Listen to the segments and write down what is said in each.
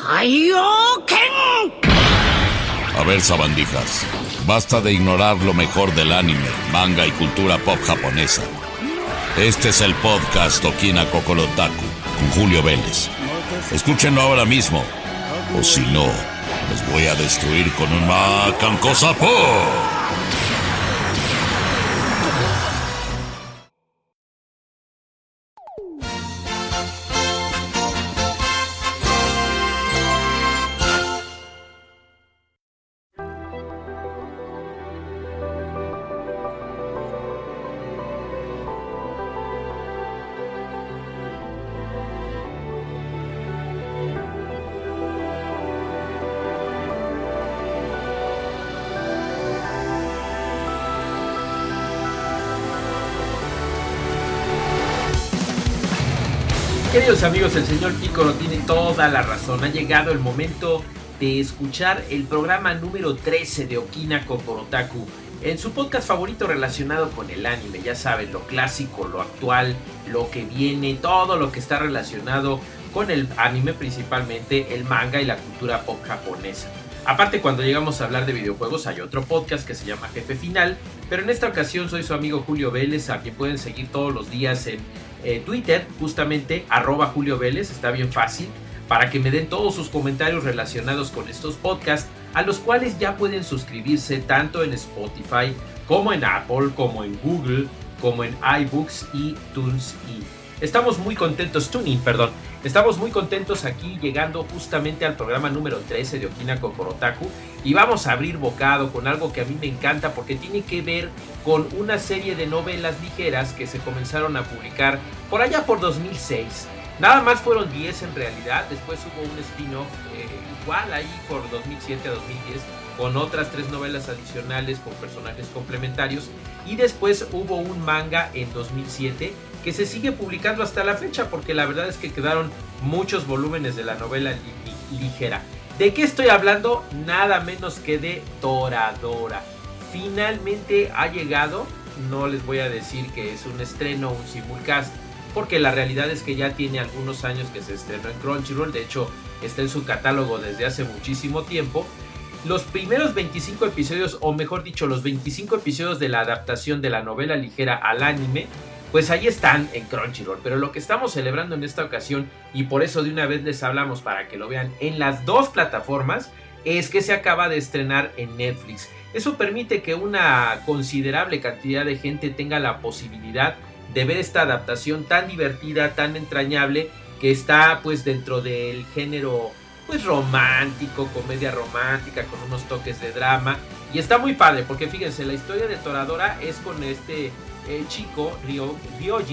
Kaioken. A ver, sabandijas, basta de ignorar lo mejor del anime, manga y cultura pop japonesa. Este es el podcast Okina Kokorotaku con Julio Vélez. Escúchenlo ahora mismo, o si no, los voy a destruir con un Makanko-Sapo. Queridos amigos, el señor Picoro tiene toda la razón. Ha llegado el momento de escuchar el programa número 13 de Okina Kokorotaku, en su podcast favorito relacionado con el anime. Ya saben, lo clásico, lo actual, lo que viene, todo lo que está relacionado con el anime, principalmente el manga y la cultura pop japonesa. Aparte, cuando llegamos a hablar de videojuegos hay otro podcast que se llama Jefe Final, pero en esta ocasión soy su amigo Julio Vélez, a quien pueden seguir todos los días en Twitter, justamente @Julio Vélez. Está bien fácil para que me den todos sus comentarios relacionados con estos podcasts, a los cuales ya pueden suscribirse tanto en Spotify como en Apple, como en Google, como en iBooks y TuneIn. Estamos muy contentos aquí llegando justamente al programa número 13 de Okina Kokorotaku, y vamos a abrir bocado con algo que a mí me encanta porque tiene que ver con una serie de novelas ligeras que se comenzaron a publicar por allá por 2006. Nada más fueron 10 en realidad, después hubo un spin-off igual ahí por 2007 a 2010 con otras 3 novelas adicionales con personajes complementarios, y después hubo un manga en 2007 que se sigue publicando hasta la fecha, porque la verdad es que quedaron muchos volúmenes de la novela ligera. ¿De qué estoy hablando? Nada menos que de Toradora. Finalmente ha llegado. No les voy a decir que es un estreno o un simulcast, porque la realidad es que ya tiene algunos años que se estrenó en Crunchyroll. De hecho, está en su catálogo desde hace muchísimo tiempo. Los primeros 25 episodios, o mejor dicho, los 25 episodios de la adaptación de la novela ligera al anime, pues ahí están en Crunchyroll. Pero lo que estamos celebrando en esta ocasión, y por eso de una vez les hablamos para que lo vean en las dos plataformas, es que se acaba de estrenar en Netflix. Eso permite que una considerable cantidad de gente tenga la posibilidad de ver esta adaptación tan divertida, tan entrañable, que está pues dentro del género pues romántico, comedia romántica con unos toques de drama, y está muy padre porque fíjense, la historia de Toradora es con este chico Ryuji,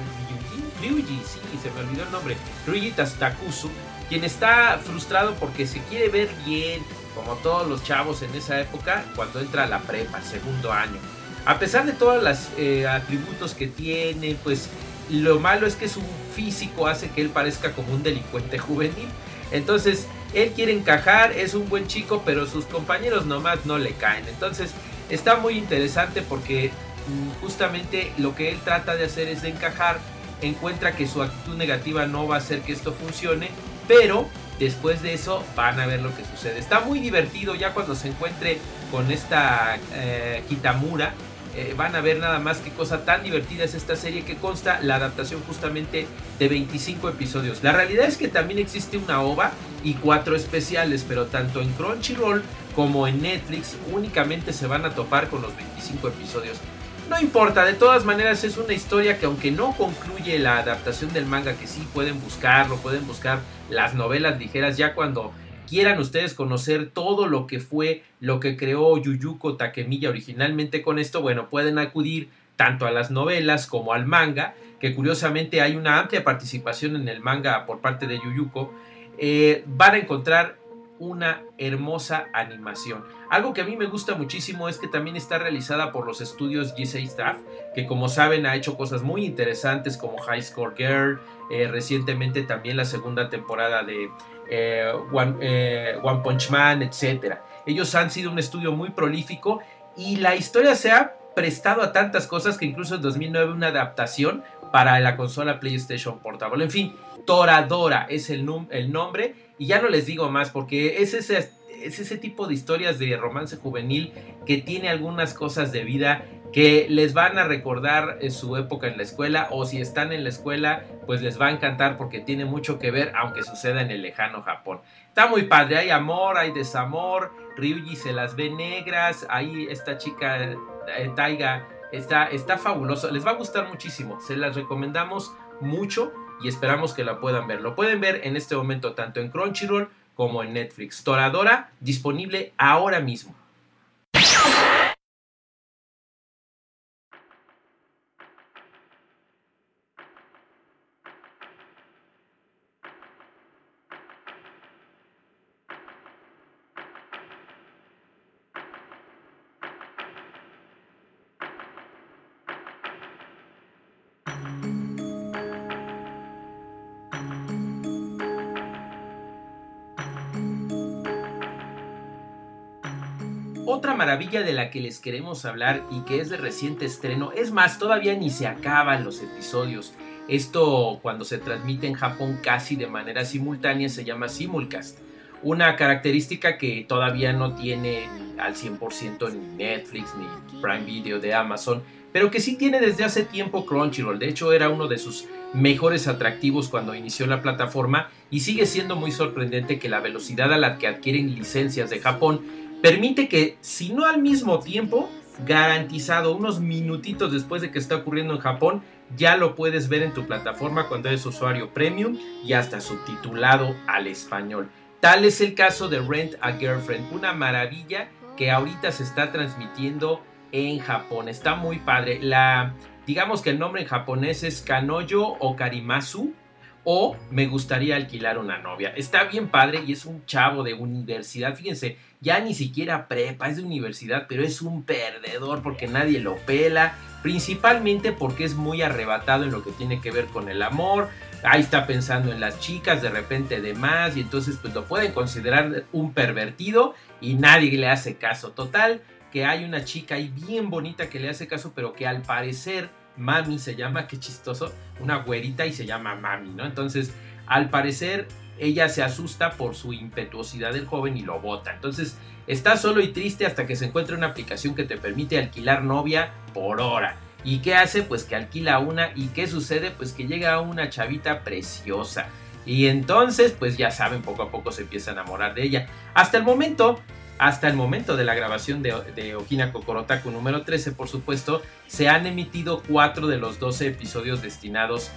sí, se me olvidó el nombre, Ryuji Takusu, quien está frustrado porque se quiere ver bien, como todos los chavos en esa época, cuando entra a la prepa, segundo año. A pesar de todos los atributos que tiene, pues lo malo es que su físico hace que él parezca como un delincuente juvenil. Entonces él quiere encajar, es un buen chico, pero sus compañeros nomás no le caen. Entonces está muy interesante porque justamente lo que él trata de hacer es de encajar. Encuentra que su actitud negativa no va a hacer que esto funcione, pero después de eso van a ver lo que sucede. Está muy divertido. Ya cuando se encuentre con esta Kitamura, van a ver nada más qué cosa tan divertida es esta serie, que consta la adaptación justamente de 25 episodios. La realidad es que también existe una OVA y 4 especiales, pero tanto en Crunchyroll como en Netflix únicamente se van a topar con los 25 episodios. No importa, de todas maneras es una historia que, aunque no concluye la adaptación del manga, que sí pueden buscarlo, pueden buscar las novelas ligeras ya cuando quieran ustedes conocer todo lo que fue, lo que creó Yuyuko Takemiya originalmente con esto, bueno, pueden acudir tanto a las novelas como al manga, que curiosamente hay una amplia participación en el manga por parte de Yuyuko. Van a encontrar una hermosa animación. Algo que a mí me gusta muchísimo es que también está realizada por los estudios G6 Staff, que como saben ha hecho cosas muy interesantes como High Score Girl, recientemente también la segunda temporada de One Punch Man, etc. Ellos han sido un estudio muy prolífico y la historia se ha prestado a tantas cosas que incluso en 2009 una adaptación para la consola PlayStation Portable. En fin, Toradora es el nombre, y ya no les digo más porque es ese tipo de historias de romance juvenil que tiene algunas cosas de vida que les van a recordar su época en la escuela, o si están en la escuela pues les va a encantar porque tiene mucho que ver, aunque suceda en el lejano Japón. Está muy padre, hay amor, hay desamor, Ryuji se las ve negras, ahí esta chica Taiga está fabuloso, les va a gustar muchísimo, se las recomendamos mucho y esperamos que la puedan ver. Lo pueden ver en este momento tanto en Crunchyroll como en Netflix. Toradora, disponible ahora mismo. Otra maravilla de la que les queremos hablar y que es de reciente estreno, es más, todavía ni se acaban los episodios. Esto, cuando se transmite en Japón casi de manera simultánea, se llama simulcast. Una característica que todavía no tiene al 100% ni Netflix ni Prime Video de Amazon, pero que sí tiene desde hace tiempo Crunchyroll. De hecho, era uno de sus mejores atractivos cuando inició la plataforma, y sigue siendo muy sorprendente que la velocidad a la que adquieren licencias de Japón permite que, si no al mismo tiempo, garantizado unos minutitos después de que está ocurriendo en Japón, ya lo puedes ver en tu plataforma cuando eres usuario premium y hasta subtitulado al español. Tal es el caso de Rent a Girlfriend, una maravilla que ahorita se está transmitiendo en Japón. Está muy padre. Digamos que el nombre en japonés es Kanoyo o Karimasu, o Me gustaría alquilar una novia. Está bien padre y es un chavo de universidad. Fíjense, ya ni siquiera prepa, es de universidad, pero es un perdedor porque nadie lo pela. Principalmente porque es muy arrebatado en lo que tiene que ver con el amor. Ahí está pensando en las chicas de repente de más, y entonces pues lo pueden considerar un pervertido y nadie le hace caso. Total, que hay una chica ahí bien bonita que le hace caso, pero que al parecer Mami se llama, qué chistoso, una güerita y se llama Mami, ¿no? Entonces, al parecer, ella se asusta por su impetuosidad del joven y lo bota. Entonces, está solo y triste hasta que se encuentra una aplicación que te permite alquilar novia por hora. ¿Y qué hace? Pues que alquila una. ¿Y qué sucede? Pues que llega una chavita preciosa. Y entonces, pues ya saben, poco a poco se empieza a enamorar de ella. Hasta el momento de la grabación de Okina Kokorotaku número 13, por supuesto, se han emitido 4 de los 12 episodios destinados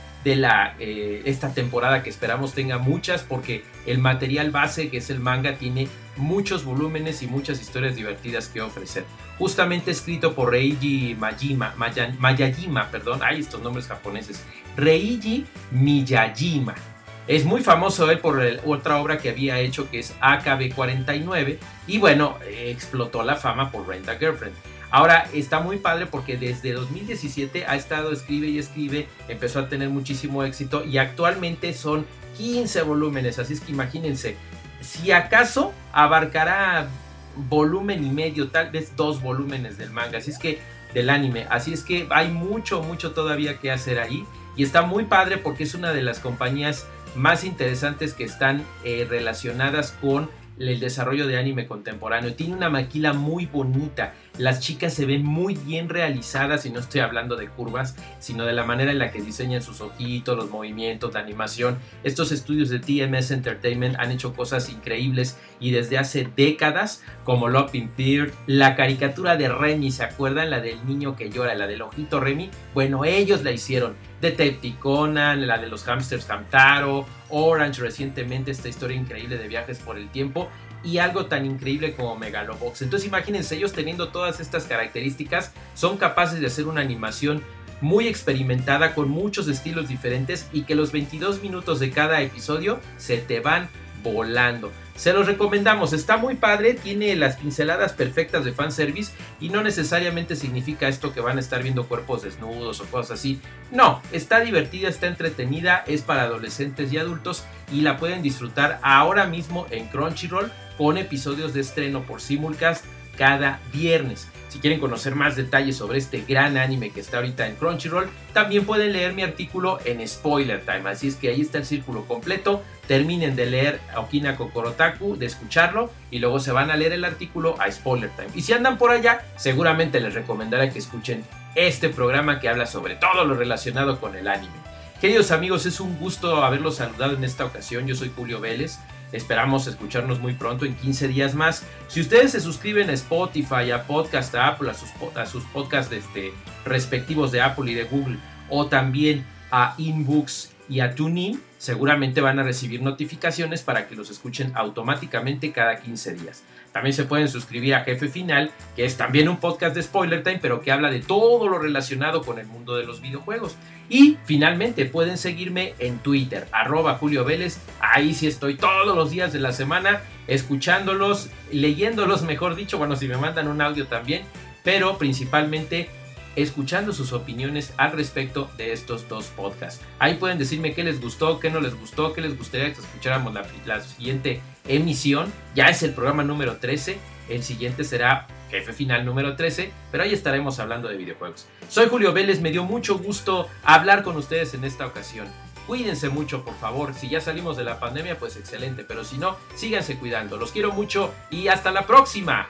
de esta temporada, que esperamos tenga muchas, porque el material base, que es el manga, tiene muchos volúmenes y muchas historias divertidas que ofrecer. Justamente escrito por Reiji Miyajima, estos nombres japoneses. Reiji Miyajima. Es muy famoso él por otra obra que había hecho, que es AKB49, y bueno, explotó la fama por Rent a Girlfriend. Ahora está muy padre porque desde 2017 ha estado escribe y escribe, empezó a tener muchísimo éxito y actualmente son 15 volúmenes, así es que imagínense, si acaso abarcará volumen y medio, tal vez 2 volúmenes del manga, así es que del anime, así es que hay mucho todavía que hacer ahí, y está muy padre porque es una de las compañías más interesantes que están relacionadas con el desarrollo de anime contemporáneo. Tiene una maquila muy bonita, las chicas se ven muy bien realizadas, y no estoy hablando de curvas, sino de la manera en la que diseñan sus ojitos, los movimientos, la animación. Estos estudios de TMS Entertainment han hecho cosas increíbles y desde hace décadas, como Lupin Beard, la caricatura de Remy, ¿se acuerdan? La del niño que llora, la del ojito Remy. Bueno, ellos la hicieron. Detective Conan, la de los hamsters Hamtaro, Orange recientemente, esta historia increíble de viajes por el tiempo, y algo tan increíble como Megalobox. Entonces imagínense, ellos teniendo todas estas características son capaces de hacer una animación muy experimentada con muchos estilos diferentes, y que los 22 minutos de cada episodio se te van volando. Se los recomendamos, está muy padre, tiene las pinceladas perfectas de fanservice, y no necesariamente significa esto que van a estar viendo cuerpos desnudos o cosas así. No, está divertida, está entretenida, es para adolescentes y adultos, y la pueden disfrutar ahora mismo en Crunchyroll con episodios de estreno por simulcast cada viernes. Si quieren conocer más detalles sobre este gran anime que está ahorita en Crunchyroll, también pueden leer mi artículo en Spoiler Time. Así es que ahí está el círculo completo. Terminen de leer Okina Kokorotaku, de escucharlo, y luego se van a leer el artículo a Spoiler Time. Y si andan por allá, seguramente les recomendaré que escuchen este programa que habla sobre todo lo relacionado con el anime. Queridos amigos, es un gusto haberlos saludado en esta ocasión. Yo soy Julio Vélez. Esperamos escucharnos muy pronto, en 15 días más. Si ustedes se suscriben a Spotify, a Podcast, a Apple, a sus podcasts respectivos de Apple y de Google, o también a InBooks y a TuneIn, seguramente van a recibir notificaciones para que los escuchen automáticamente cada 15 días. También se pueden suscribir a Jefe Final, que es también un podcast de Spoiler Time, pero que habla de todo lo relacionado con el mundo de los videojuegos. Y finalmente pueden seguirme en Twitter, @Julio Vélez. Ahí sí estoy todos los días de la semana escuchándolos, leyéndolos, mejor dicho, bueno, si me mandan un audio también, pero principalmente escuchando sus opiniones al respecto de estos dos podcasts. Ahí pueden decirme qué les gustó, qué no les gustó, qué les gustaría que escucháramos la siguiente emisión. Ya es el programa número 13, el siguiente será Jefe Final número 13, pero ahí estaremos hablando de videojuegos. Soy Julio Vélez, me dio mucho gusto hablar con ustedes en esta ocasión. Cuídense mucho, por favor. Si ya salimos de la pandemia, pues excelente, pero si no, síganse cuidando. Los quiero mucho y hasta la próxima.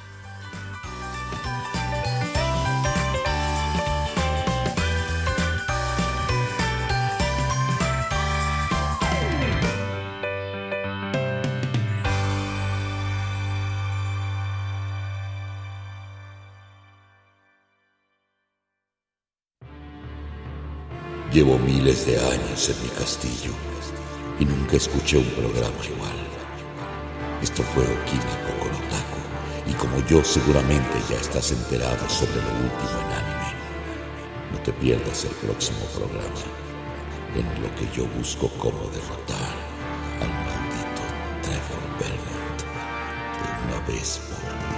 Llevo miles de años en mi castillo y nunca escuché un programa igual. Esto fue Okina Kokorotaku, y como yo seguramente ya estás enterado sobre lo último en anime, no te pierdas el próximo programa en lo que yo busco cómo derrotar al maldito Trevor Belmont de una vez por